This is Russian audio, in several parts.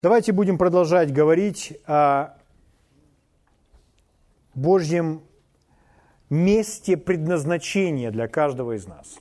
Давайте будем продолжать говорить о Божьем месте предназначения для каждого из нас.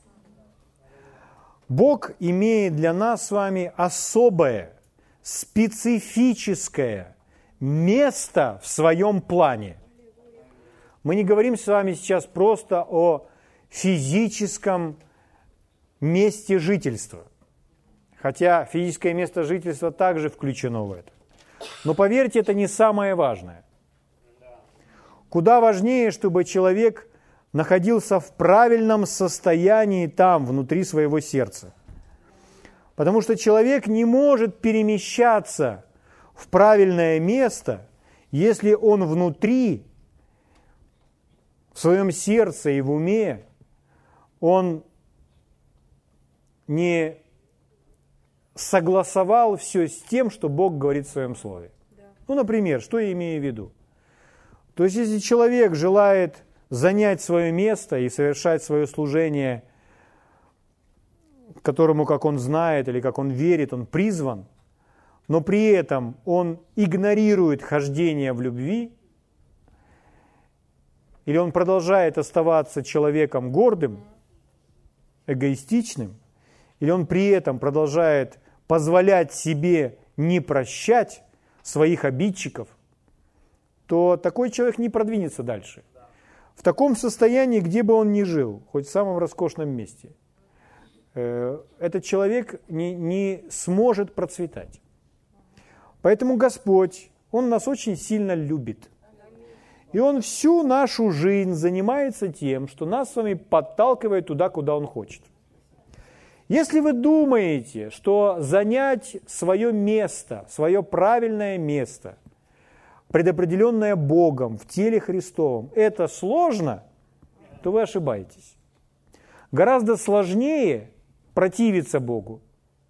Бог имеет для нас с вами особое, специфическое место в своем плане. Мы не говорим с вами сейчас просто о физическом месте жительства. Хотя физическое место жительства также включено в это. Но поверьте, это не самое важное. Куда важнее, чтобы человек находился в правильном состоянии там, внутри своего сердца. Потому что человек не может перемещаться в правильное место, если он внутри, в своем сердце и в уме, он не согласовал все с тем, что Бог говорит в Своем Слове. Ну, например, что я имею в виду? То есть, если человек желает занять свое место и совершать свое служение, к которому, как он знает или как он верит, он призван, но при этом он игнорирует хождение в любви, или он продолжает оставаться человеком гордым, эгоистичным, или он при этом продолжает позволять себе не прощать своих обидчиков, то такой человек не продвинется дальше. В таком состоянии, где бы он ни жил, хоть в самом роскошном месте, этот человек не сможет процветать. Поэтому Господь, Он нас очень сильно любит. И Он всю нашу жизнь занимается тем, что нас с вами подталкивает туда, куда Он хочет. Если вы думаете, что занять свое место, свое правильное место, предопределенное Богом в теле Христовом, это сложно, то вы ошибаетесь. Гораздо сложнее противиться Богу.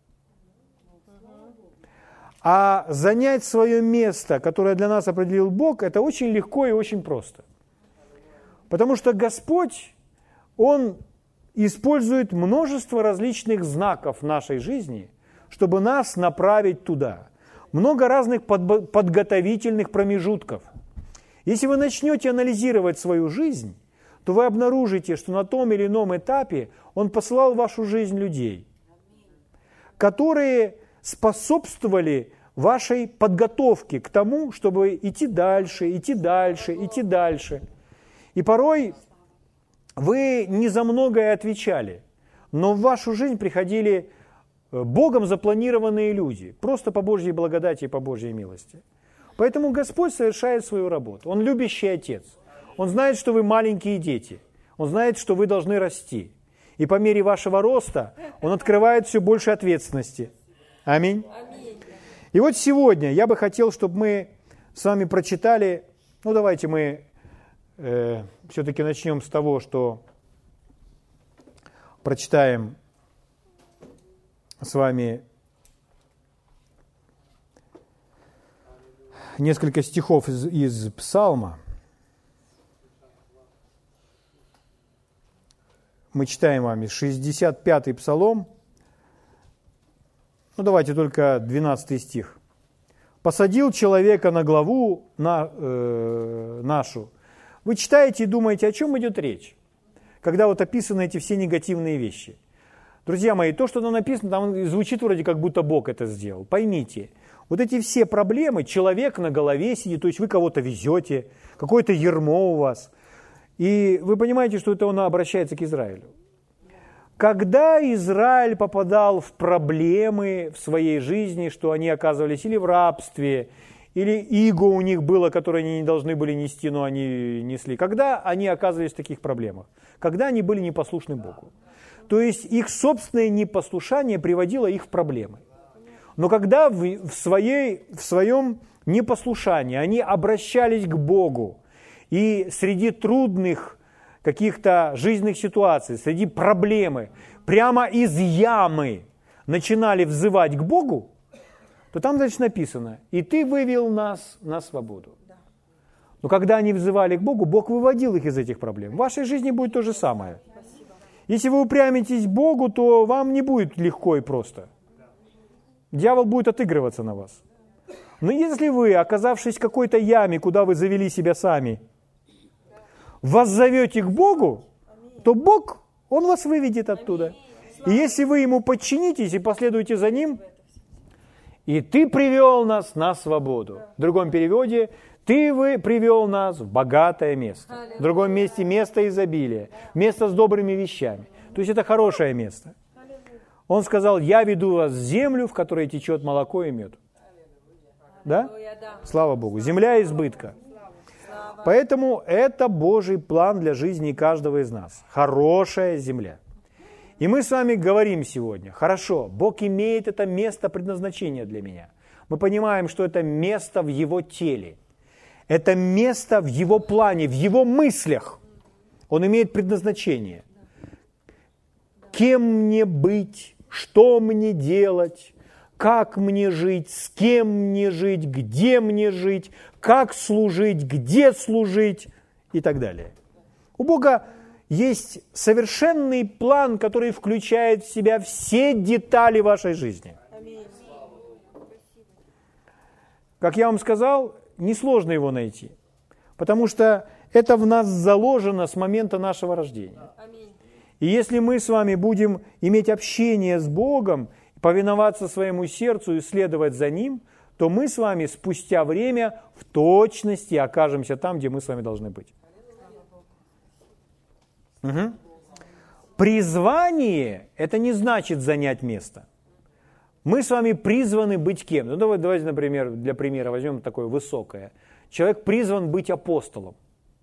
А занять свое место, которое для нас определил Бог, это очень легко и очень просто. Потому что Господь, Он использует множество различных знаков в нашей жизни, чтобы нас направить туда. Много разных подготовительных промежутков. Если вы начнете анализировать свою жизнь, то вы обнаружите, что на том или ином этапе Он посылал в вашу жизнь людей, которые способствовали вашей подготовке к тому, чтобы идти дальше, идти дальше, идти дальше. И порой вы не за многое отвечали, но в вашу жизнь приходили Богом запланированные люди, просто по Божьей благодати и по Божьей милости. Поэтому Господь совершает свою работу. Он любящий Отец. Он знает, что вы маленькие дети. Он знает, что вы должны расти. И по мере вашего роста Он открывает все больше ответственности. Аминь. И вот сегодня я бы хотел, чтобы мы с вами прочитали, давайте мы все-таки начнем с того, что прочитаем с вами несколько стихов из Псалма. Мы читаем вами 65-й Псалом. Давайте только 12 стих. «Посадил человека на главу нашу». Вы читаете и думаете, о чем идет речь, когда вот описаны эти все негативные вещи. Друзья мои, то, что там написано, там звучит вроде как будто Бог это сделал. Поймите, вот эти все проблемы, человек на голове сидит, то есть вы кого-то везете, какое-то ярмо у вас. И вы понимаете, что это он обращается к Израилю. Когда Израиль попадал в проблемы в своей жизни, что они оказывались или в рабстве, или иго у них было, которое они не должны были нести, но они несли. Когда они оказывались в таких проблемах? Когда они были непослушны Богу. То есть их собственное непослушание приводило их в проблемы. Но когда в своем непослушании они обращались к Богу, и среди трудных каких-то жизненных ситуаций, среди проблемы, прямо из ямы начинали взывать к Богу, то там дальше написано: «И ты вывел нас на свободу». Но когда они взывали к Богу, Бог выводил их из этих проблем. В вашей жизни будет то же самое. Если вы упрямитесь к Богу, то вам не будет легко и просто. Дьявол будет отыгрываться на вас. Но если вы, оказавшись в какой-то яме, куда вы завели себя сами, воззовете к Богу, то Бог, Он вас выведет оттуда. И если вы Ему подчинитесь и последуете за Ним, и Ты привел нас на свободу. В другом переводе, Ты привел нас в богатое место. В другом месте место изобилия, место с добрыми вещами. То есть это хорошее место. Он сказал, я веду вас в землю, в которой течет молоко и мед. Да? Слава Богу. Земля избытка. Поэтому это Божий план для жизни каждого из нас. Хорошая земля. И мы с вами говорим сегодня, хорошо, Бог имеет это место предназначения для меня. Мы понимаем, что это место в Его теле. Это место в Его плане, в Его мыслях. Он имеет предназначение. Кем мне быть, что мне делать, как мне жить, с кем мне жить, где мне жить, как служить, где служить и так далее. У Бога есть совершенный план, который включает в себя все детали вашей жизни. Как я вам сказал, несложно его найти, потому что это в нас заложено с момента нашего рождения. И если мы с вами будем иметь общение с Богом, повиноваться своему сердцу и следовать за Ним, то мы с вами спустя время в точности окажемся там, где мы с вами должны быть. Угу. Призвание – это не значит занять место. Мы с вами призваны быть кем? Ну, давайте, например, для примера возьмем такое высокое. Человек призван быть апостолом.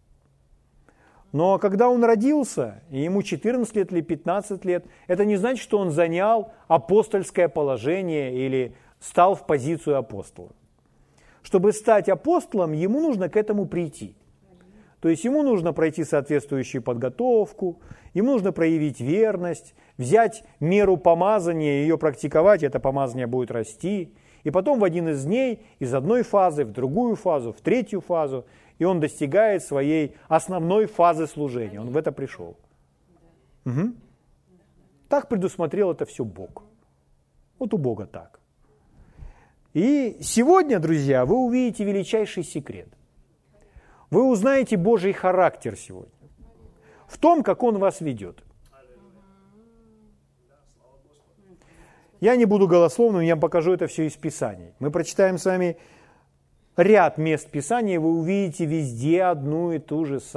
Но когда он родился, и ему 14 лет или 15 лет, это не значит, что он занял апостольское положение или стал в позицию апостола. Чтобы стать апостолом, ему нужно к этому прийти. То есть ему нужно пройти соответствующую подготовку, ему нужно проявить верность, взять меру помазания, ее практиковать, это помазание будет расти. И потом в один из дней из одной фазы в другую фазу, в третью фазу, и он достигает своей основной фазы служения. Он в это пришел. Угу. Так предусмотрел это все Бог. Вот у Бога так. И сегодня, друзья, вы увидите величайший секрет. Вы узнаете Божий характер сегодня. В том, как Он вас ведет. Я не буду голословным, я вам покажу это все из Писаний. Мы прочитаем с вами ряд мест Писания, вы увидите везде одну и ту же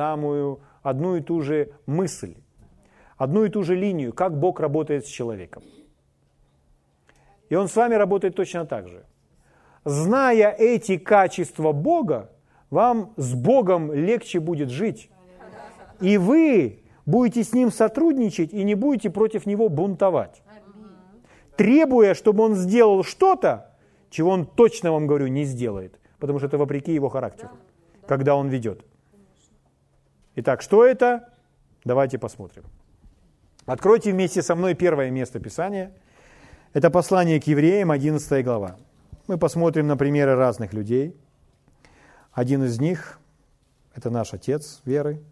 мысль, одну и ту же линию, как Бог работает с человеком. И Он с вами работает точно так же. Зная эти качества Бога, вам с Богом легче будет жить. И вы будете с Ним сотрудничать и не будете против Него бунтовать. Требуя, чтобы Он сделал что-то, чего Он точно, вам говорю, не сделает. Потому что это вопреки Его характеру, когда Он ведет. Итак, что это? Давайте посмотрим. Откройте вместе со мной первое место Писания. Это послание к евреям, 11 глава. Мы посмотрим на примеры разных людей. Один из них – это наш отец веры.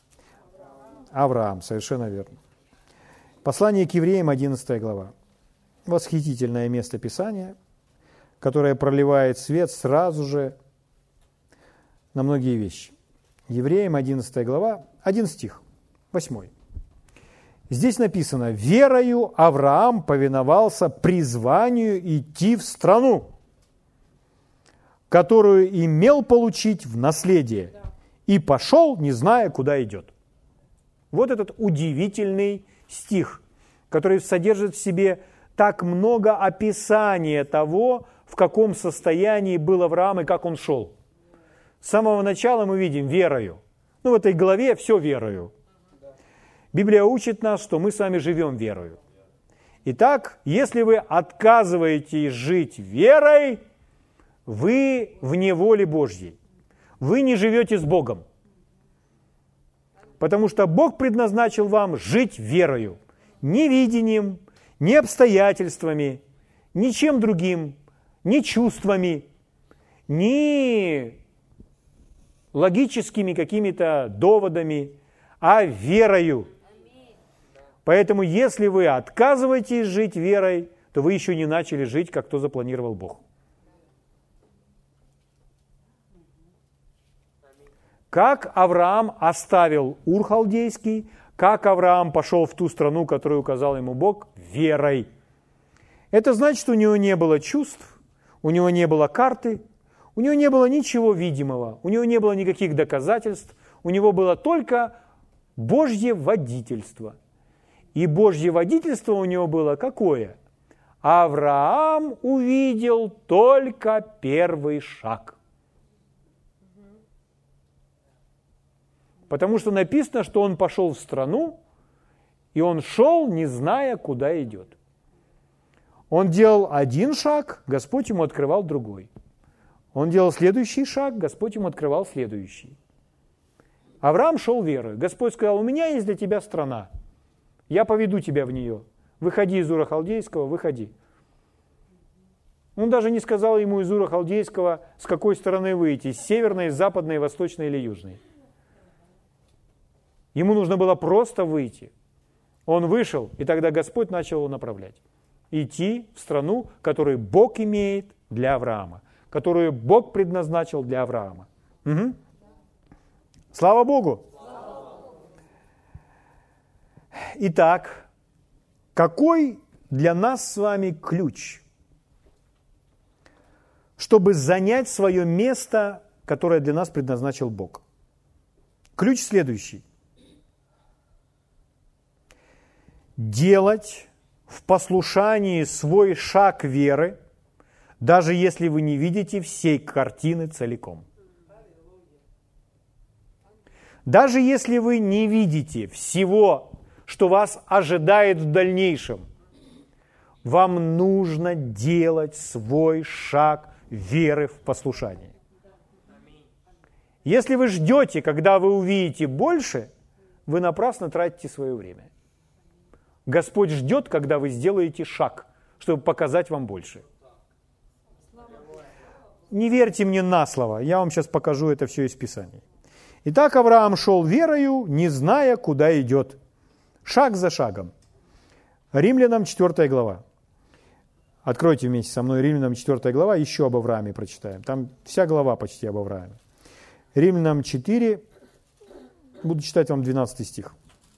Авраам, совершенно верно. Послание к евреям, 11 глава. Восхитительное место Писания, которое проливает свет сразу же на многие вещи. Евреям, 11 глава, 1 стих, 8. Здесь написано: «Верою Авраам повиновался призванию идти в страну, которую имел получить в наследие, и пошел, не зная, куда идет». Вот этот удивительный стих, который содержит в себе так много описания того, в каком состоянии был Авраам и как он шел. С самого начала мы видим верою. В этой главе все верою. Библия учит нас, что мы с вами живем верою. Итак, если вы отказываетесь жить верой, вы вне воли Божьей. Вы не живете с Богом. Потому что Бог предназначил вам жить верою. Не видением, не обстоятельствами, ничем другим, не чувствами, не логическими какими-то доводами, а верою. Поэтому, если вы отказываетесь жить верой, то вы еще не начали жить, как то запланировал Бог. Как Авраам оставил Ур халдейский, как Авраам пошел в ту страну, которую указал ему Бог, верой. Это значит, что у него не было чувств, у него не было карты, у него не было ничего видимого, у него не было никаких доказательств, у него было только Божье водительство. И Божье водительство у него было какое? Авраам увидел только первый шаг. Потому что написано, что он пошел в страну, и он шел, не зная, куда идет. Он делал один шаг, Господь ему открывал другой. Он делал следующий шаг, Господь ему открывал следующий. Авраам шел верой. Господь сказал: у меня есть для тебя страна, я поведу тебя в нее. Выходи из Ура халдейского, выходи. Он даже не сказал ему из Ура халдейского, с какой стороны выйти, с северной, западной, восточной или южной. Ему нужно было просто выйти. Он вышел, и тогда Господь начал его направлять. Идти в страну, которую Бог имеет для Авраама, которую Бог предназначил для Авраама. Угу. Слава Богу! Итак, какой для нас с вами ключ, чтобы занять свое место, которое для нас предназначил Бог? Ключ следующий. Делать в послушании свой шаг веры, даже если вы не видите всей картины целиком. Даже если вы не видите всего, что вас ожидает в дальнейшем, вам нужно делать свой шаг веры в послушании. Если вы ждете, когда вы увидите больше, вы напрасно тратите свое время. Господь ждет, когда вы сделаете шаг, чтобы показать вам больше. Не верьте мне на слово, я вам сейчас покажу это все из Писаний. Итак, Авраам шел верою, не зная, куда идет. Шаг за шагом. Римлянам 4 глава. Откройте вместе со мной Римлянам 4 глава, еще об Аврааме прочитаем. Там вся глава почти об Аврааме. Римлянам 4, буду читать вам 12 стих.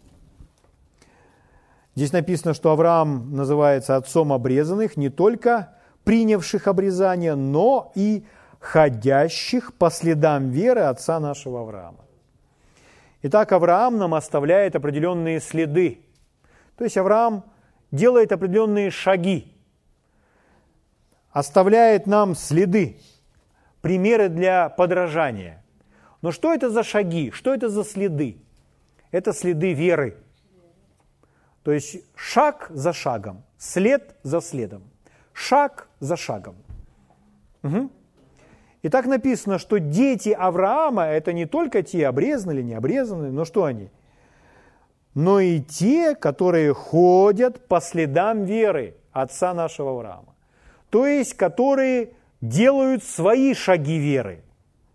Здесь написано, что Авраам называется отцом обрезанных, не только принявших обрезание, но и ходящих по следам веры отца нашего Авраама. Итак, Авраам нам оставляет определенные следы. То есть Авраам делает определенные шаги, оставляет нам следы, примеры для подражания. Но что это за шаги? Что это за следы? Это следы веры. То есть шаг за шагом, след за следом, шаг за шагом. Угу. И так написано, что дети Авраама – это не только те, обрезанные или не обрезанные, но что они? Но и те, которые ходят по следам веры отца нашего Авраама. То есть, которые делают свои шаги веры.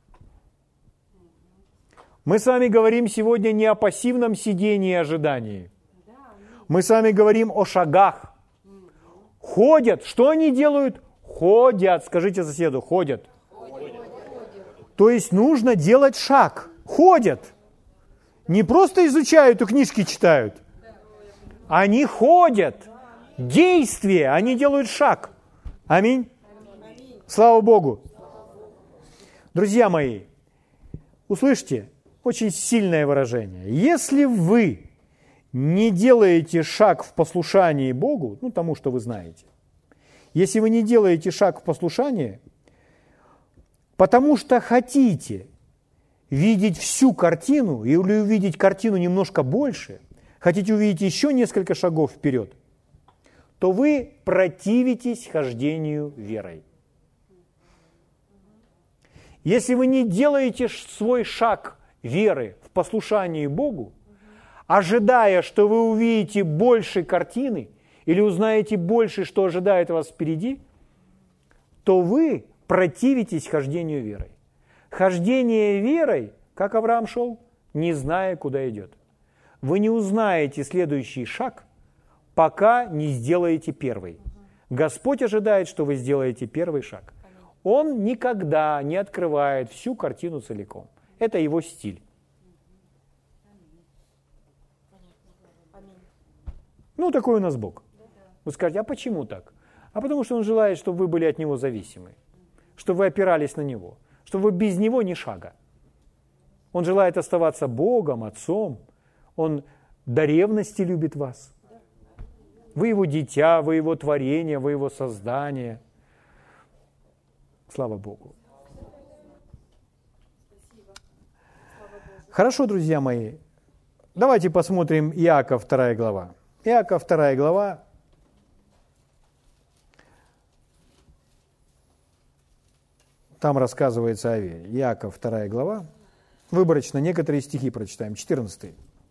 Мы с вами говорим сегодня не о пассивном сидении и ожидании. Мы с вами говорим о шагах. Ходят. Что они делают? Ходят. Скажите соседу, ходят. То есть нужно делать шаг. Ходят. Не просто изучают и книжки читают. Они ходят. Действие. Они делают шаг. Аминь. Слава Богу. Друзья мои, услышьте, очень сильное выражение. Если вы не делаете шаг в послушании Богу, тому, что вы знаете, если вы не делаете шаг в послушании, потому что хотите видеть всю картину или увидеть картину немножко больше, хотите увидеть еще несколько шагов вперед, то вы противитесь хождению верой. Если вы не делаете свой шаг веры в послушании Богу, ожидая, что вы увидите больше картины или узнаете больше, что ожидает вас впереди, то вы противитесь хождению верой. Хождение верой, как Авраам шел, не зная, куда идет. Вы не узнаете следующий шаг, пока не сделаете первый. Господь ожидает, что вы сделаете первый шаг. Он никогда не открывает всю картину целиком. Это его стиль. Ну, такой у нас Бог. Вы скажете, а почему так? А потому что Он желает, чтобы вы были от Него зависимы, чтобы вы опирались на Него, чтобы вы без Него ни шага. Он желает оставаться Богом, Отцом. Он до ревности любит вас. Вы Его дитя, вы Его творение, вы Его создание. Слава Богу. Хорошо, друзья мои. Давайте посмотрим Иаков 2 глава. Иаков 2 глава. Там рассказывается о вере. Иаков 2 глава. Выборочно некоторые стихи прочитаем. 14.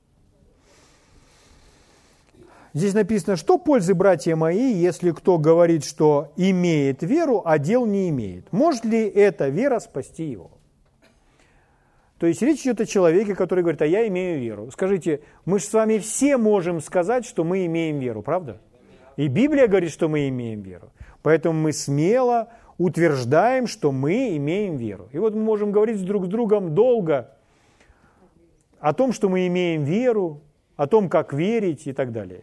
Здесь написано, что пользы, братья мои, если кто говорит, что имеет веру, а дел не имеет? Может ли эта вера спасти его? То есть речь идет о человеке, который говорит, а я имею веру. Скажите, мы же с вами все можем сказать, что мы имеем веру, правда? И Библия говорит, что мы имеем веру. Поэтому мы смело утверждаем, что мы имеем веру. И вот мы можем говорить друг с другом долго о том, что мы имеем веру, о том, как верить и так далее.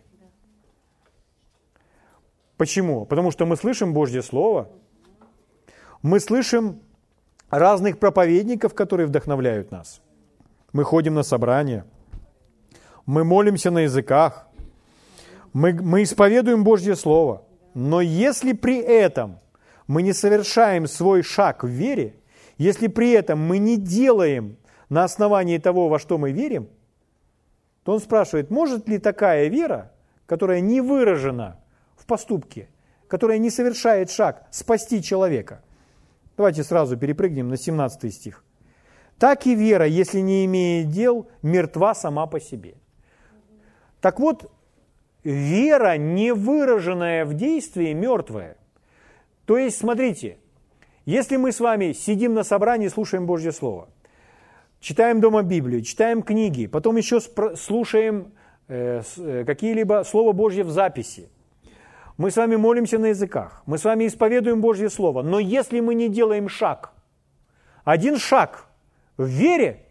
Почему? Потому что мы слышим Божье Слово, мы слышим разных проповедников, которые вдохновляют нас. Мы ходим на собрания, мы молимся на языках, мы исповедуем Божье Слово. Но если при этом мы не совершаем свой шаг в вере, если при этом мы не делаем на основании того, во что мы верим, то он спрашивает, может ли такая вера, которая не выражена в поступке, которая не совершает шаг, спасти человека? Давайте сразу перепрыгнем на 17 стих. Так и вера, если не имеет дел, мертва сама по себе. Так вот, вера, не выраженная в действии, мертвая. То есть, смотрите, если мы с вами сидим на собрании, слушаем Божье Слово, читаем дома Библию, читаем книги, потом еще слушаем какие-либо Слово Божье в записи, мы с вами молимся на языках, мы с вами исповедуем Божье Слово, но если мы не делаем шаг, один шаг в вере,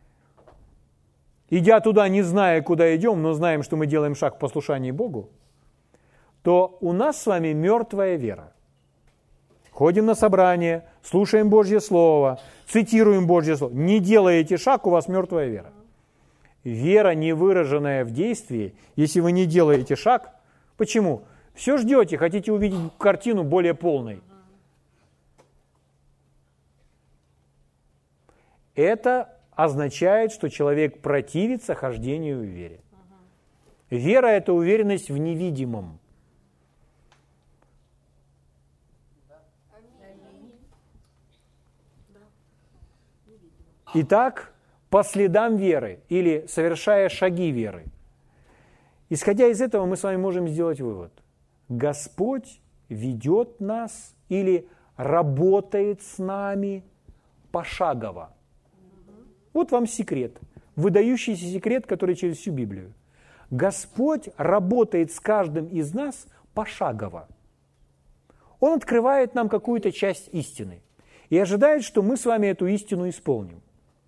идя туда, не зная, куда идем, но знаем, что мы делаем шаг в послушании Богу, то у нас с вами мертвая вера. Ходим на собрание, слушаем Божье Слово, цитируем Божье Слово. Не делаете шаг, у вас мертвая вера. Вера, не выраженная в действии, если вы не делаете шаг, почему? Все ждете, хотите увидеть картину более полной. Это означает, что человек противится хождению в вере. Вера – это уверенность в невидимом. Итак, по следам веры или совершая шаги веры. Исходя из этого, мы с вами можем сделать вывод. Господь ведет нас или работает с нами пошагово. Вот вам секрет, выдающийся секрет, который через всю Библию. Господь работает с каждым из нас пошагово. Он открывает нам какую-то часть истины и ожидает, что мы с вами эту истину исполним.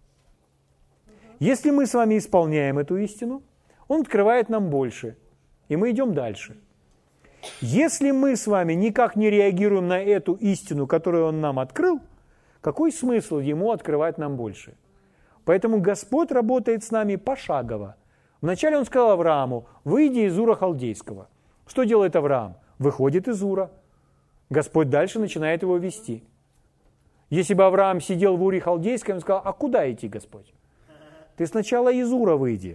Если мы с вами исполняем эту истину, Он открывает нам больше, и мы идем дальше. Если мы с вами никак не реагируем на эту истину, которую Он нам открыл, какой смысл Ему открывать нам больше? Поэтому Господь работает с нами пошагово. Вначале Он сказал Аврааму, выйди из Ура Халдейского. Что делает Авраам? Выходит из Ура. Господь дальше начинает его вести. Если бы Авраам сидел в Уре Халдейском, он сказал, а куда идти, Господь? Ты сначала из Ура выйди.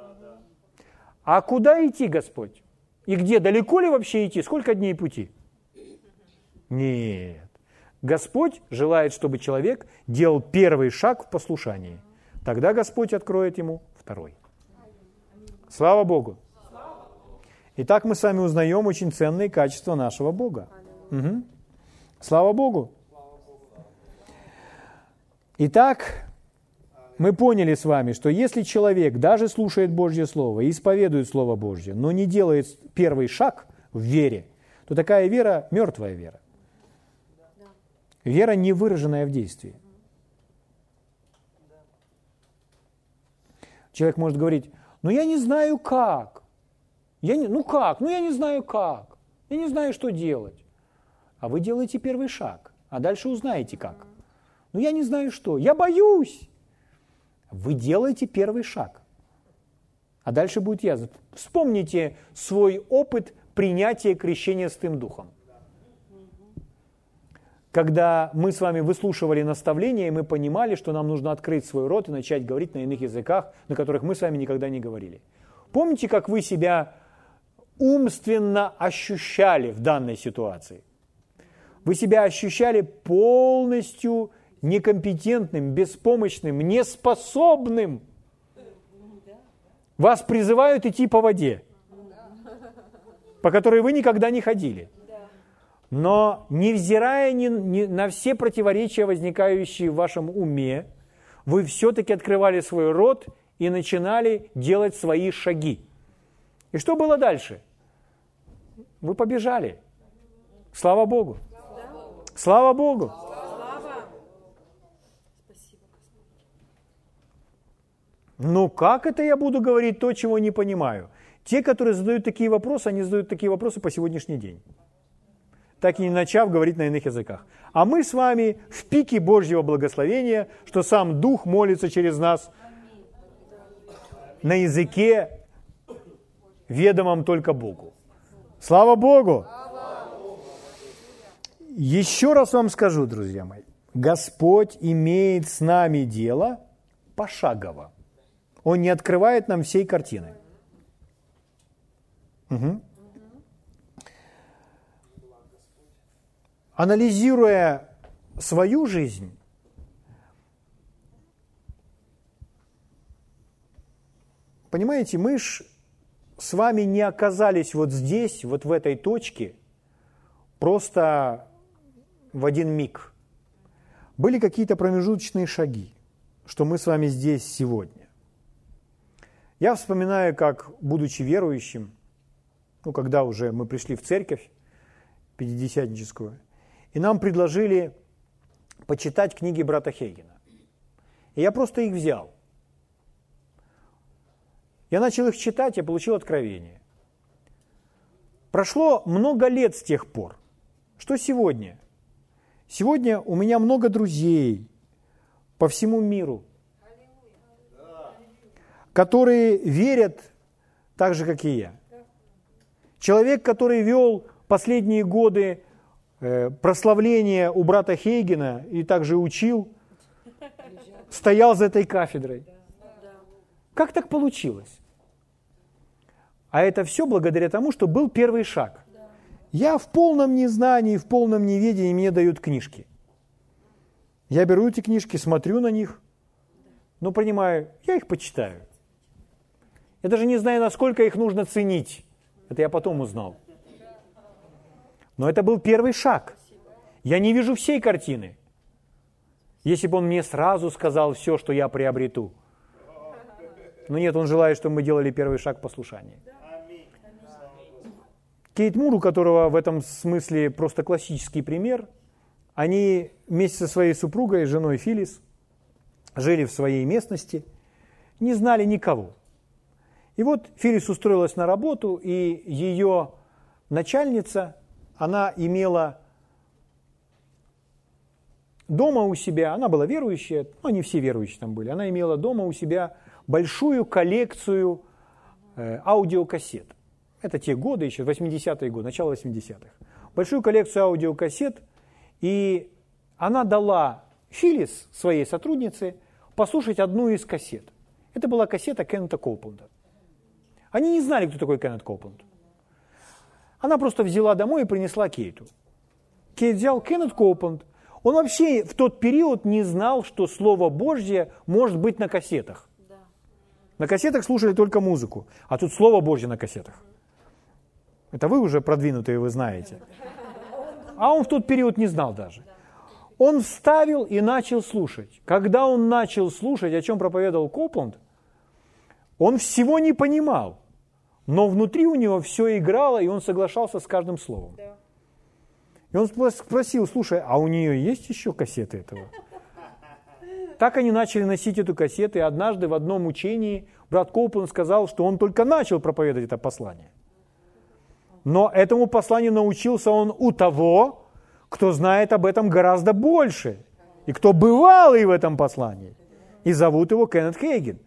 А куда идти, Господь? И где? Далеко ли вообще идти? Сколько дней пути? Нет. Господь желает, чтобы человек делал первый шаг в послушании. Тогда Господь откроет ему второй. Слава Богу. Итак, мы с вами узнаем очень ценные качества нашего Бога. Угу. Слава Богу. Итак, мы поняли с вами, что если человек даже слушает Божье Слово и исповедует Слово Божье, но не делает первый шаг в вере, то такая вера – мертвая вера. Вера, не выраженная в действии. Человек может говорить, ну я не знаю как. Я не знаю как. Я не знаю, что делать. А вы делаете первый шаг, а дальше узнаете как. Ну я не знаю что, я боюсь. Вы делаете первый шаг, а дальше будет ясно. Вспомните свой опыт принятия крещения Святым Духом. Когда мы с вами выслушивали наставления, и мы понимали, что нам нужно открыть свой рот и начать говорить на иных языках, на которых мы с вами никогда не говорили. Помните, как вы себя умственно ощущали в данной ситуации? Вы себя ощущали полностью некомпетентным, беспомощным, неспособным. Вас призывают идти по воде, по которой вы никогда не ходили. Но невзирая на все противоречия, возникающие в вашем уме, вы все-таки открывали свой рот и начинали делать свои шаги. И что было дальше? Вы побежали. Слава Богу. Слава Богу. Ну как это я буду говорить то, чего не понимаю? Те, которые задают такие вопросы, они задают такие вопросы по сегодняшний день, так и не начав говорить на иных языках. А мы с вами в пике Божьего благословения, что сам Дух молится через нас на языке, ведомом только Богу. Слава Богу! Еще раз вам скажу, друзья мои, Господь имеет с нами дело пошагово. Он не открывает нам всей картины. Угу. Анализируя свою жизнь, понимаете, мы ж с вами не оказались вот здесь, вот в этой точке, просто в один миг. Были какие-то промежуточные шаги, что мы с вами здесь сегодня. Я вспоминаю, как, будучи верующим, когда уже мы пришли в церковь пятидесятническую, и нам предложили почитать книги брата Хейгена. И я просто их взял. Я начал их читать, я получил откровение. Прошло много лет с тех пор. Что сегодня? Сегодня у меня много друзей по всему миру, которые верят так же, как и я. Человек, который вел последние годы прославление у брата Хейгена и также учил, стоял за этой кафедрой. Как так получилось? А это все благодаря тому, что был первый шаг. Я в полном незнании, в полном неведении, мне дают книжки. Я беру эти книжки, смотрю на них, но понимаю, я их почитаю. Я даже не знаю, насколько их нужно ценить. Это я потом узнал. Но это был первый шаг. Я не вижу всей картины. Если бы он мне сразу сказал все, что я приобрету. Но нет, он желает, чтобы мы делали первый шаг послушания. Кейт Мур, у которого в этом смысле просто классический пример, они вместе со своей супругой, женой Филлис, жили в своей местности, не знали никого. И вот Филлис устроилась на работу, и ее начальница, она имела дома у себя, она была верующая, но не все верующие там были, она имела дома у себя большую коллекцию аудиокассет. Это те годы, еще 80-е годы, начало 80-х. Большую коллекцию аудиокассет, и она дала Филлис, своей сотруднице, послушать одну из кассет. Это была кассета Кеннета Коупленда. Они не знали, кто такой Кеннет Коупленд. Она просто взяла домой и принесла Кейту. Кейт взял Кеннет Коупленд. Он вообще в тот период не знал, что Слово Божье может быть на кассетах. На кассетах слушали только музыку, а тут Слово Божье на кассетах. Это вы уже продвинутые, вы знаете. А он в тот период не знал даже. Он вставил и начал слушать. Когда он начал слушать, о чем проповедовал Коупленд, он всего не понимал, но внутри у него все играло, и он соглашался с каждым словом. И он спросил, слушай, а у нее есть еще кассеты этого? Так они начали носить эту кассету, и однажды в одном учении брат Коупленд сказал, что он только начал проповедовать это послание. Но этому посланию научился он у того, кто знает об этом гораздо больше, и кто бывал и в этом послании. И зовут его Кеннет Хейген.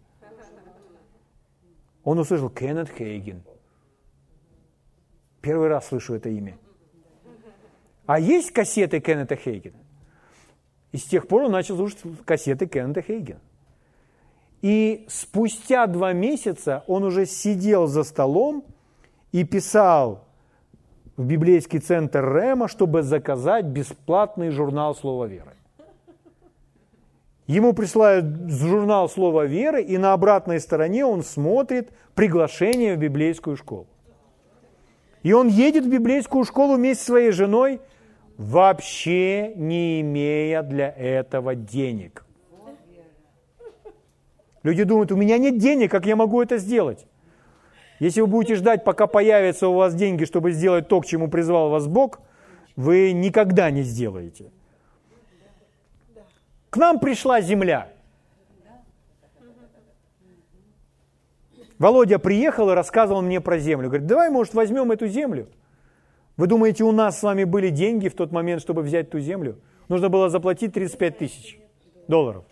Он услышал: Кеннет Хейген. Первый раз слышу это имя. А есть кассеты Кеннета Хейгена? И с тех пор он начал слушать кассеты Кеннета Хейгена. И спустя 2 месяца он уже сидел за столом и писал в библейский центр Рэма, чтобы заказать бесплатный журнал «Слово веры». Ему присылают журнал «Слово веры», и на обратной стороне он смотрит приглашение в библейскую школу. И он едет в библейскую школу вместе со своей женой, вообще не имея для этого денег. Люди думают: у меня нет денег, как я могу это сделать? Если вы будете ждать, пока появятся у вас деньги, чтобы сделать то, к чему призвал вас Бог, вы никогда не сделаете. К нам пришла земля. Володя приехал и рассказывал мне про землю. Говорит: давай, может, возьмем эту землю. Вы думаете, у нас с вами были деньги в тот момент, чтобы взять ту землю? Нужно было заплатить $35 000.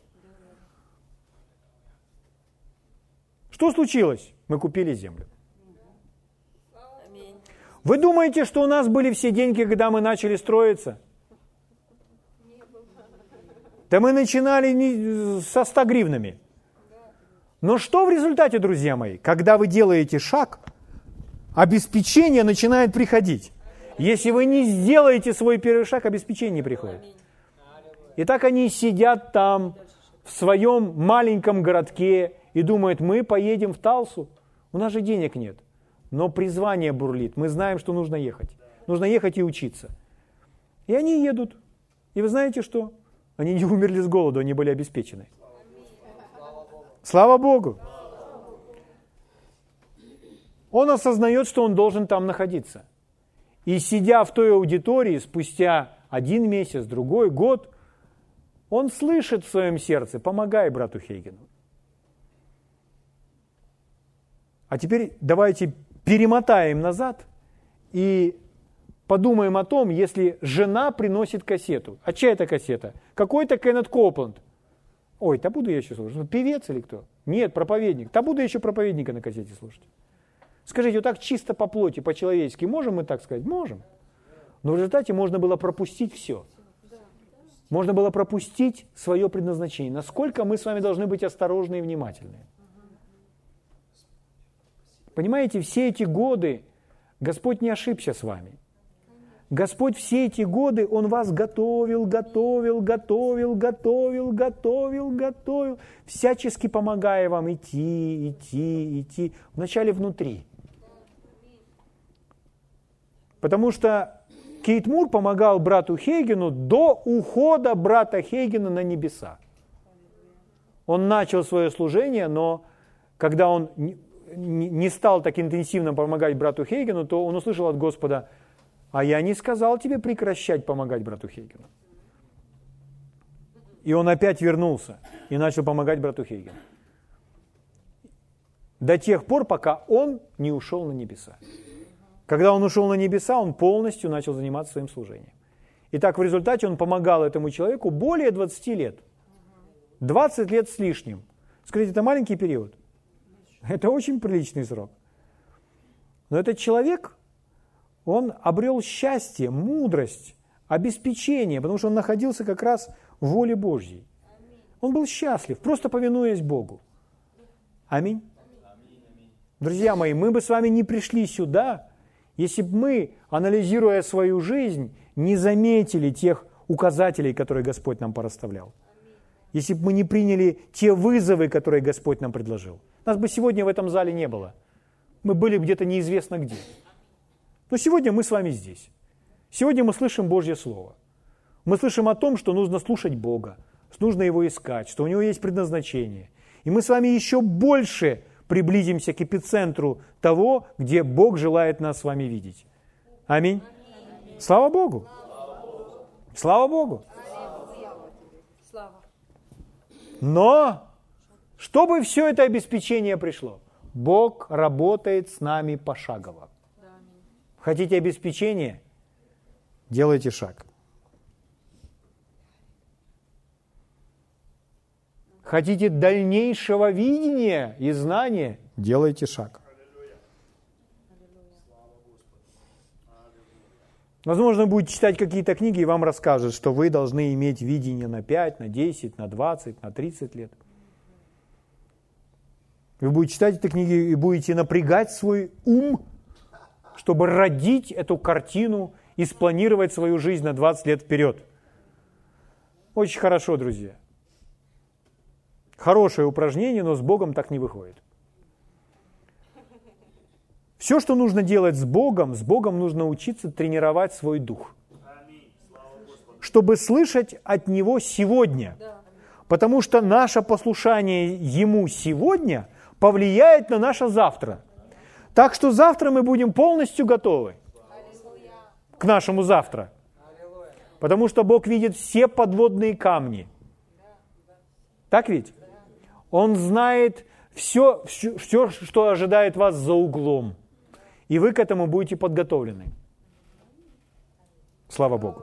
Что случилось? Мы купили землю. Вы думаете, что у нас были все деньги, когда мы начали строиться? Да мы начинали со 100 гривнами. Но что в результате, друзья мои? Когда вы делаете шаг, обеспечение начинает приходить. Если вы не сделаете свой первый шаг, обеспечение не приходит. И так они сидят там, в своем маленьком городке, и думают: мы поедем в Талсу, у нас же денег нет. Но призвание бурлит, мы знаем, что нужно ехать. Нужно ехать и учиться. И они едут. И вы знаете что? Они не умерли с голоду, они были обеспечены. Слава Богу! Он осознает, что он должен там находиться. И сидя в той аудитории, спустя 1 месяц, другой, год, он слышит в своем сердце: помогай брату Хейгену. А теперь давайте перемотаем назад и подумаем о том, если жена приносит кассету. А чья это кассета? Какой-то Кеннет Коупленд. Ой, да буду я еще слушать. Певец или кто? Нет, проповедник. Да буду я еще проповедника на кассете слушать. Скажите, вот так чисто по плоти, по-человечески, можем мы так сказать? Можем. Но в результате можно было пропустить все. Можно было пропустить свое предназначение. Насколько мы с вами должны быть осторожны и внимательны. Понимаете, все эти годы Господь не ошибся с вами. Господь все эти годы, Он вас готовил, всячески помогая вам идти. Вначале внутри. Потому что Кейт Мур помогал брату Хейгену до ухода брата Хейгена на небеса. Он начал свое служение, но когда он не стал так интенсивно помогать брату Хейгену, то он услышал от Господа: а я не сказал тебе прекращать помогать брату Хейгену. И он опять вернулся и начал помогать брату Хейгену. До тех пор, пока он не ушел на небеса. Когда он ушел на небеса, он полностью начал заниматься своим служением. Итак, в результате он помогал этому человеку более 20 лет. 20 лет с лишним. Скажите, это маленький период? Это очень приличный срок. Но этот человек, он обрел счастье, мудрость, обеспечение, потому что он находился как раз в воле Божьей. Он был счастлив, просто повинуясь Богу. Аминь. Друзья мои, мы бы с вами не пришли сюда, если бы мы, анализируя свою жизнь, не заметили тех указателей, которые Господь нам порасставлял. Если бы мы не приняли те вызовы, которые Господь нам предложил. Нас бы сегодня в этом зале не было. Мы были где-то неизвестно где. Но сегодня мы с вами здесь. Сегодня мы слышим Божье Слово. Мы слышим о том, что нужно слушать Бога, что нужно Его искать, что у Него есть предназначение. И мы с вами еще больше приблизимся к эпицентру того, где Бог желает нас с вами видеть. Аминь. Слава Богу. Слава Богу. Но, чтобы все это обеспечение пришло, Бог работает с нами пошагово. Хотите обеспечение? Делайте шаг. Хотите дальнейшего видения и знания? Делайте шаг. Возможно, будете читать какие-то книги, и вам расскажут, что вы должны иметь видение на 5, на 10, на 20, на 30 лет. Вы будете читать эти книги и будете напрягать свой ум, чтобы родить эту картину и спланировать свою жизнь на 20 лет вперед. Очень хорошо, друзья. Хорошее упражнение, но с Богом так не выходит. Все, что нужно делать с Богом нужно учиться тренировать свой дух, чтобы слышать от Него сегодня. Потому что наше послушание Ему сегодня повлияет на наше завтра. Так что завтра мы будем полностью готовы к нашему завтра. Потому что Бог видит все подводные камни. Так ведь? Он знает все, что ожидает вас за углом. И вы к этому будете подготовлены. Слава Богу.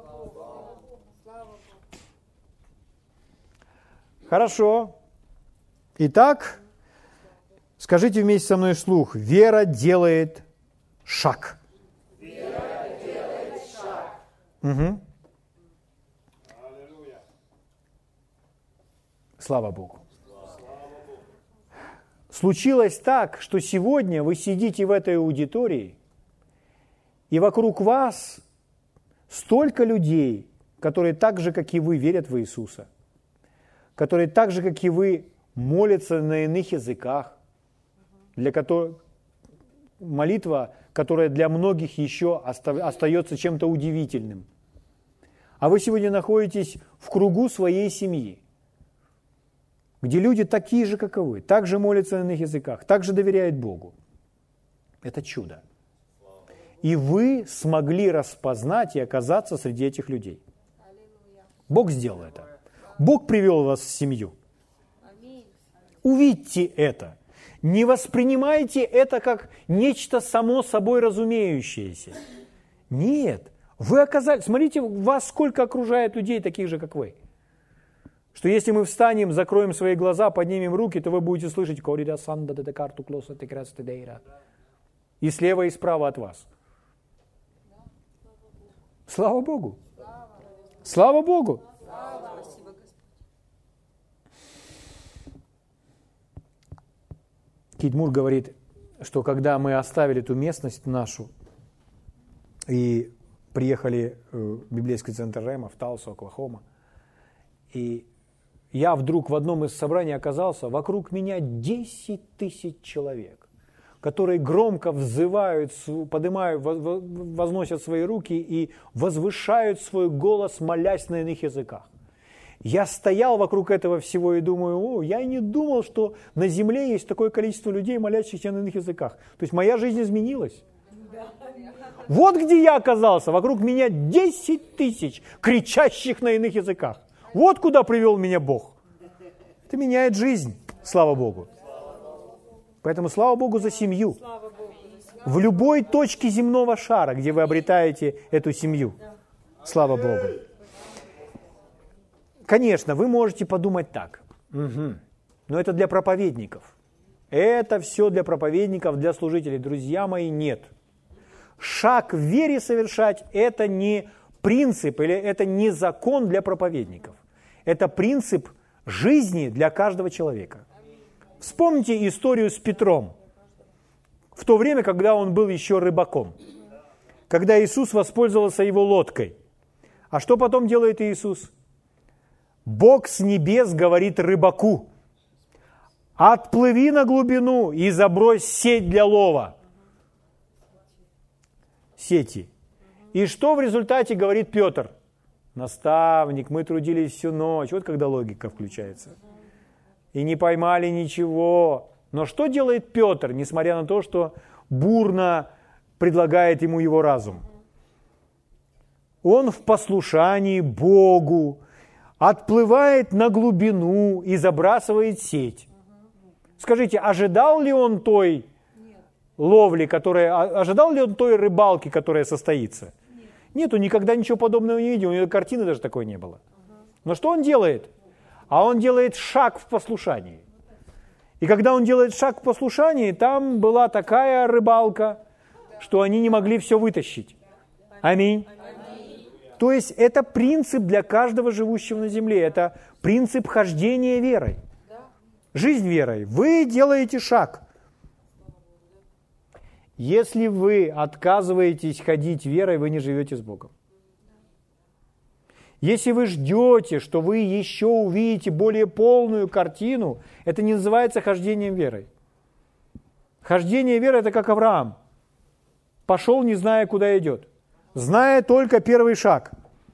Хорошо. Итак, скажите вместе со мной вслух. Вера делает шаг. Вера делает шаг. Угу. Слава Богу. Случилось так, что сегодня вы сидите в этой аудитории, и вокруг вас столько людей, которые так же, как и вы, верят в Иисуса, которые так же, как и вы, молятся на иных языках, для которых молитва, которая для многих еще остается чем-то удивительным. А вы сегодня находитесь в кругу своей семьи, где люди такие же, как и вы, также молятся на иных языках, также доверяют Богу. Это чудо. И вы смогли распознать и оказаться среди этих людей. Бог сделал это. Бог привел вас в семью. Увидьте это. Не воспринимайте это как нечто само собой разумеющееся. Нет. Вы оказались... Смотрите, вас сколько окружает людей, таких же, как вы. Что если мы встанем, закроем свои глаза, поднимем руки, то вы будете слышать и слева, и справа от вас. Слава Богу! Слава Богу! Кит Мур говорит, что когда мы оставили эту местность нашу и приехали в библейский центр Рема, в Талсу, Оклахома, и я вдруг в одном из собраний оказался, вокруг меня 10 тысяч человек, которые громко взывают, поднимают, возносят свои руки и возвышают свой голос, молясь на иных языках. Я стоял вокруг этого всего и думаю, я не думал, что на земле есть такое количество людей, молящихся на иных языках. То есть моя жизнь изменилась. Вот где я оказался, вокруг меня 10 тысяч кричащих на иных языках. Вот куда привел меня Бог. Это меняет жизнь, слава Богу. Поэтому слава Богу за семью. В любой точке земного шара, где вы обретаете эту семью. Слава Богу. Конечно, вы можете подумать так. Но это для проповедников. Это все для проповедников, для служителей. Друзья мои, нет. Шаг в вере совершать – это не принцип или это не закон для проповедников. Это принцип жизни для каждого человека. Вспомните историю с Петром. В то время, когда он был еще рыбаком. Когда Иисус воспользовался его лодкой. А что потом делает Иисус? Бог с небес говорит рыбаку: «Отплыви на глубину и забрось сеть для лова». Сети. И что в результате говорит Петр? Наставник, мы трудились всю ночь. Вот когда логика включается. И не поймали ничего. Но что делает Петр, несмотря на то, что бурно предлагает ему его разум? Он в послушании Богу, отплывает на глубину и забрасывает сеть. Скажите, ожидал ли он той ловли, ожидал ли он той рыбалки, которая состоится? Нет, он никогда ничего подобного не видел, у него картины даже такой не было. Но что он делает? А он делает шаг в послушании. И когда он делает шаг в послушании, там была такая рыбалка, что они не могли все вытащить. Аминь. То есть это принцип для каждого живущего на земле. Это принцип хождения верой. Жизнь верой. Вы делаете шаг. Если вы отказываетесь ходить верой, вы не живете с Богом. Если вы ждете, что вы еще увидите более полную картину, это не называется хождением верой. Хождение верой – это как Авраам. Пошел, не зная, куда идет. Зная только первый шаг.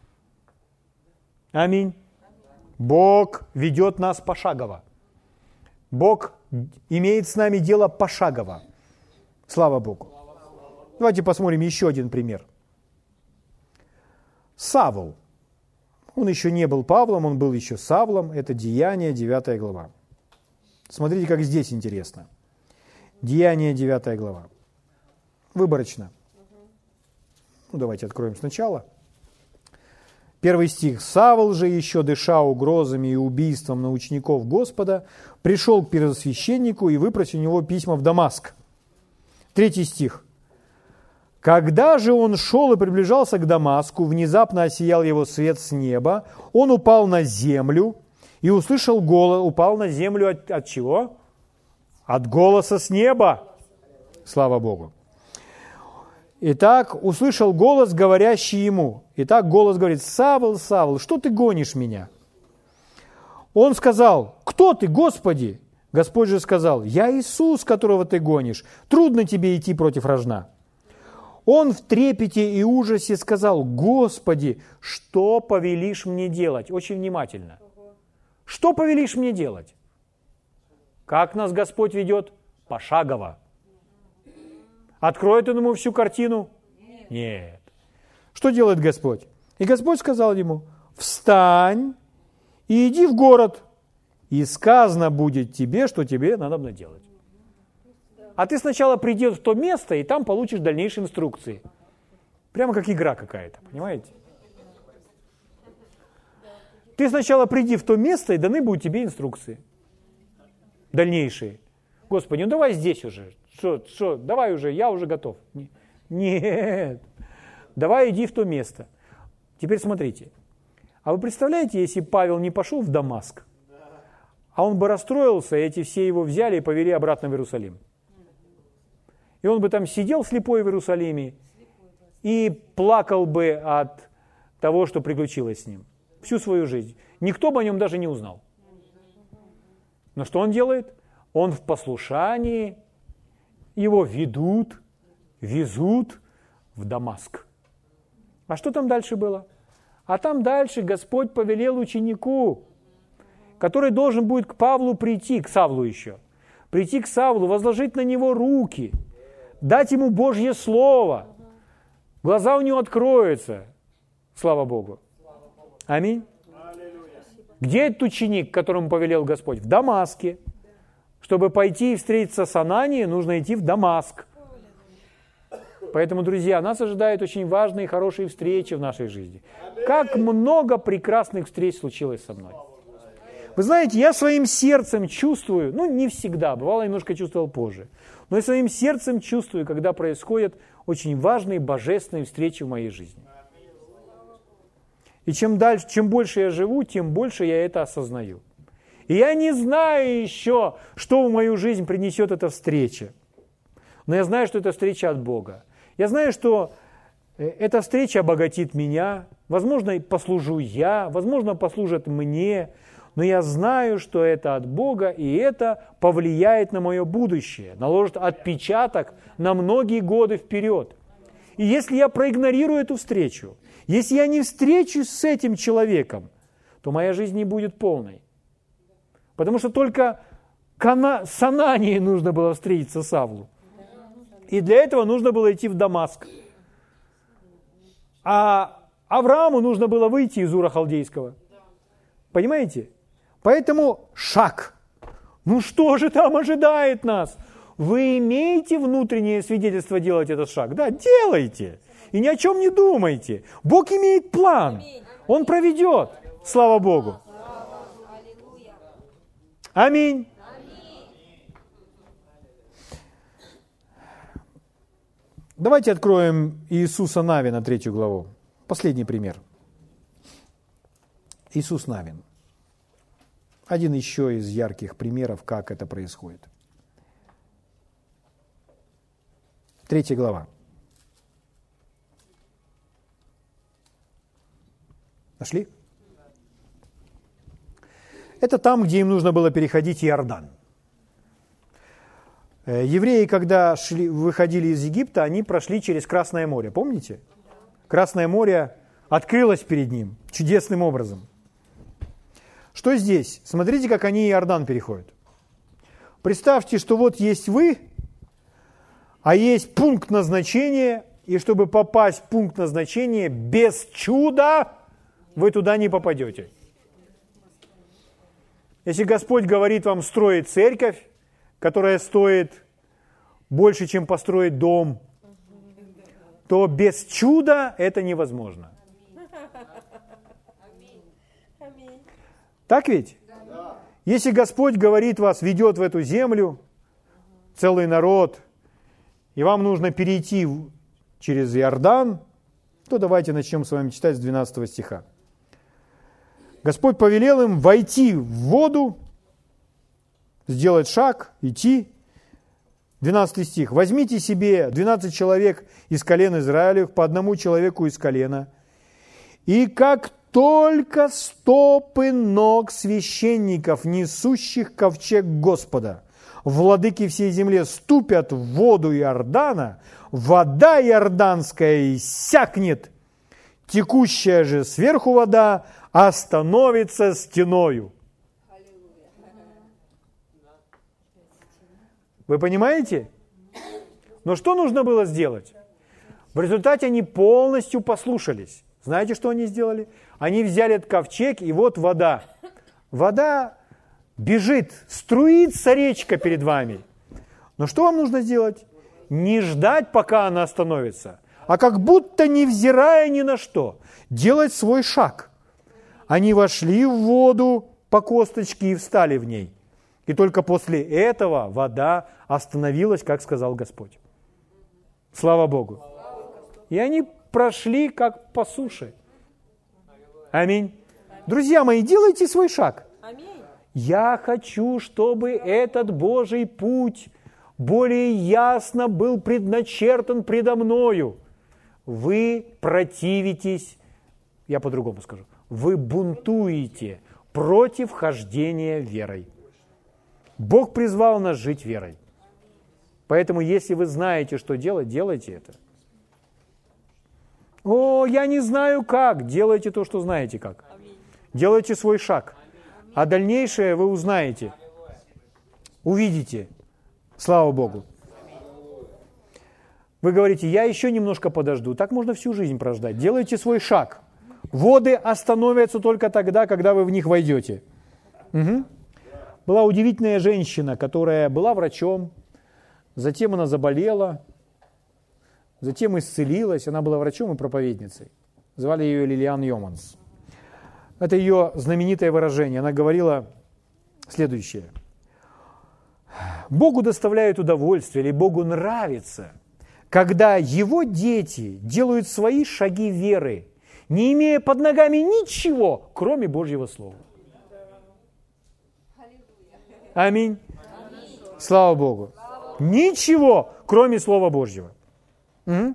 Аминь. Бог ведет нас пошагово. Бог имеет с нами дело пошагово. Слава Богу. Давайте посмотрим еще один пример. Савл. Он еще не был Павлом, он был еще Савлом. Это Деяния, 9 глава. Смотрите, как здесь интересно. Деяния, 9 глава. Выборочно. Давайте откроем сначала. 1 стих. «Савл же, еще дыша угрозами и убийством на учеников Господа, пришел к первосвященнику и выпросил у него письма в Дамаск». 3 стих. «Когда же он шел и приближался к Дамаску, внезапно осиял его свет с неба, он упал на землю и услышал голос». Упал на землю от чего? От голоса с неба. Слава Богу. Итак, услышал голос, говорящий ему. Итак, голос говорит: «Савл, Савл, что ты гонишь меня?» Он сказал: «Кто ты, Господи?» Господь же сказал: «Я Иисус, которого ты гонишь. Трудно тебе идти против рожна». Он в трепете и ужасе сказал: «Господи, что повелишь мне делать?» Очень внимательно. Что повелишь мне делать? Как нас Господь ведет? Пошагово. Откроет он ему всю картину? Нет. Что делает Господь? И Господь сказал ему: «Встань и иди в город, и сказано будет тебе, что тебе надо делать». А ты сначала приди в то место, и там получишь дальнейшие инструкции. Прямо как игра какая-то, понимаете? Ты сначала приди в то место, и даны будут тебе инструкции. Дальнейшие. Господи, ну давай здесь уже. Что, давай уже, я уже готов. Нет. Давай иди в то место. Теперь смотрите. А вы представляете, если Павел не пошел в Дамаск, а он бы расстроился, и эти все его взяли и повели обратно в Иерусалим? И он бы там сидел слепой в Иерусалиме и плакал бы от того, что приключилось с ним. Всю свою жизнь. Никто бы о нем даже не узнал. Но что он делает? Он в послушании, его везут в Дамаск. А что там дальше было? А там дальше Господь повелел ученику, который должен будет к Павлу прийти, к Савлу еще, прийти к Савлу, возложить на него руки, дать ему Божье Слово. Глаза у него откроются. Слава Богу. Аминь. Где этот ученик, которому повелел Господь? В Дамаске. Чтобы пойти и встретиться с Ананией, нужно идти в Дамаск. Поэтому, друзья, нас ожидают очень важные и хорошие встречи в нашей жизни. Как много прекрасных встреч случилось со мной. Вы знаете, я своим сердцем чувствую, не всегда, бывало, немножко чувствовал позже, но я своим сердцем чувствую, когда происходят очень важные божественные встречи в моей жизни. И чем больше я живу, тем больше я это осознаю. И я не знаю еще, что в мою жизнь принесет эта встреча. Но я знаю, что это встреча от Бога. Я знаю, что эта встреча обогатит меня. Возможно, послужу я, возможно, послужат мне. Но я знаю, что это от Бога, и это повлияет на мое будущее, наложит отпечаток на многие годы вперед. И если я проигнорирую эту встречу, если я не встречусь с этим человеком, то моя жизнь не будет полной. Потому что только с Ананией нужно было встретиться Савлу. И для этого нужно было идти в Дамаск. А Аврааму нужно было выйти из Ура Халдейского. Понимаете? Поэтому шаг. Ну что же там ожидает нас? Вы имеете внутреннее свидетельство делать этот шаг? Да, делайте. И ни о чем не думайте. Бог имеет план. Он проведет. Слава Богу. Аминь. Давайте откроем Иисуса Навина, 3 главу. Последний пример. Иисус Навин. Один еще из ярких примеров, как это происходит. 3 глава. Нашли? Это там, где им нужно было переходить Иордан. Евреи, когда выходили из Египта, они прошли через Красное море. Помните? Красное море открылось перед ним чудесным образом. Что здесь? Смотрите, как они Иордан переходят. Представьте, что вот есть вы, а есть пункт назначения, и чтобы попасть в пункт назначения, без чуда вы туда не попадете. Если Господь говорит вам строить церковь, которая стоит больше, чем построить дом, то без чуда это невозможно. Так ведь? Если Господь говорит вас, ведет в эту землю, целый народ, и вам нужно перейти через Иордан, то давайте начнем с вами читать с 12 стиха. Господь повелел им войти в воду, сделать шаг, идти. 12 стих. «Возьмите себе 12 человек из колен Израилевых, по одному человеку из колена, и как только стопы ног священников, несущих ковчег Господа, владыки всей земли, ступят в воду Иордана, вода иорданская иссякнет, текущая же сверху вода остановится стеною». Вы понимаете? Но что нужно было сделать? В результате они полностью послушались. Знаете, что они сделали? Они взяли этот ковчег, и вот вода. Вода бежит, струится речка перед вами. Но что вам нужно сделать? Не ждать, пока она остановится, а как будто невзирая ни на что, делать свой шаг. Они вошли в воду по косточке и встали в ней. И только после этого вода остановилась, как сказал Господь. Слава Богу. И они прошли как по суше. Аминь. Друзья мои, делайте свой шаг. Я хочу, чтобы этот Божий путь более ясно был предначертан предо мною. Вы противитесь, я по-другому скажу, вы бунтуете против хождения верой. Бог призвал нас жить верой. Поэтому, если вы знаете, что делать, делайте это. О, я не знаю как. Делайте то, что знаете как. Делайте свой шаг. А дальнейшее вы узнаете. Увидите. Слава Богу. Вы говорите, я еще немножко подожду. Так можно всю жизнь прождать. Делайте свой шаг. Воды остановятся только тогда, когда вы в них войдете. Угу. Была удивительная женщина, которая была врачом, затем она заболела, затем исцелилась. Она была врачом и проповедницей. Звали ее Лилиан Йоманс. Это ее знаменитое выражение. Она говорила следующее. Богу доставляет удовольствие, или Богу нравится, когда Его дети делают свои шаги веры, не имея под ногами ничего, кроме Божьего Слова. Аминь. Слава Богу. Ничего, кроме Слова Божьего. Угу.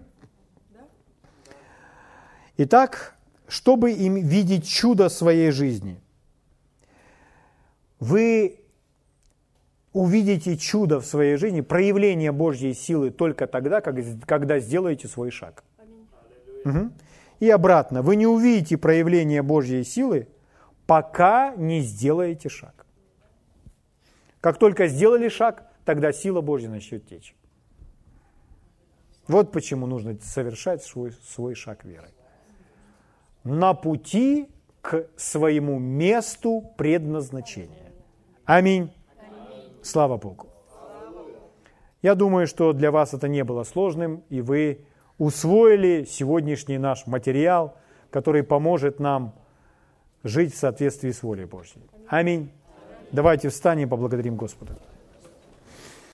Итак, чтобы им видеть чудо своей жизни, вы увидите чудо в своей жизни, проявление Божьей силы только тогда, когда сделаете свой шаг. Угу. И обратно, вы не увидите проявление Божьей силы, пока не сделаете шаг. Как только сделали шаг, тогда сила Божья начнет течь. Вот почему нужно совершать свой шаг веры. На пути к к своему месту предназначения. Аминь. Слава Богу. Я думаю, что для вас это не было сложным, и вы усвоили сегодняшний наш материал, который поможет нам жить в соответствии с волей Божьей. Аминь. Давайте встанем и поблагодарим Господа.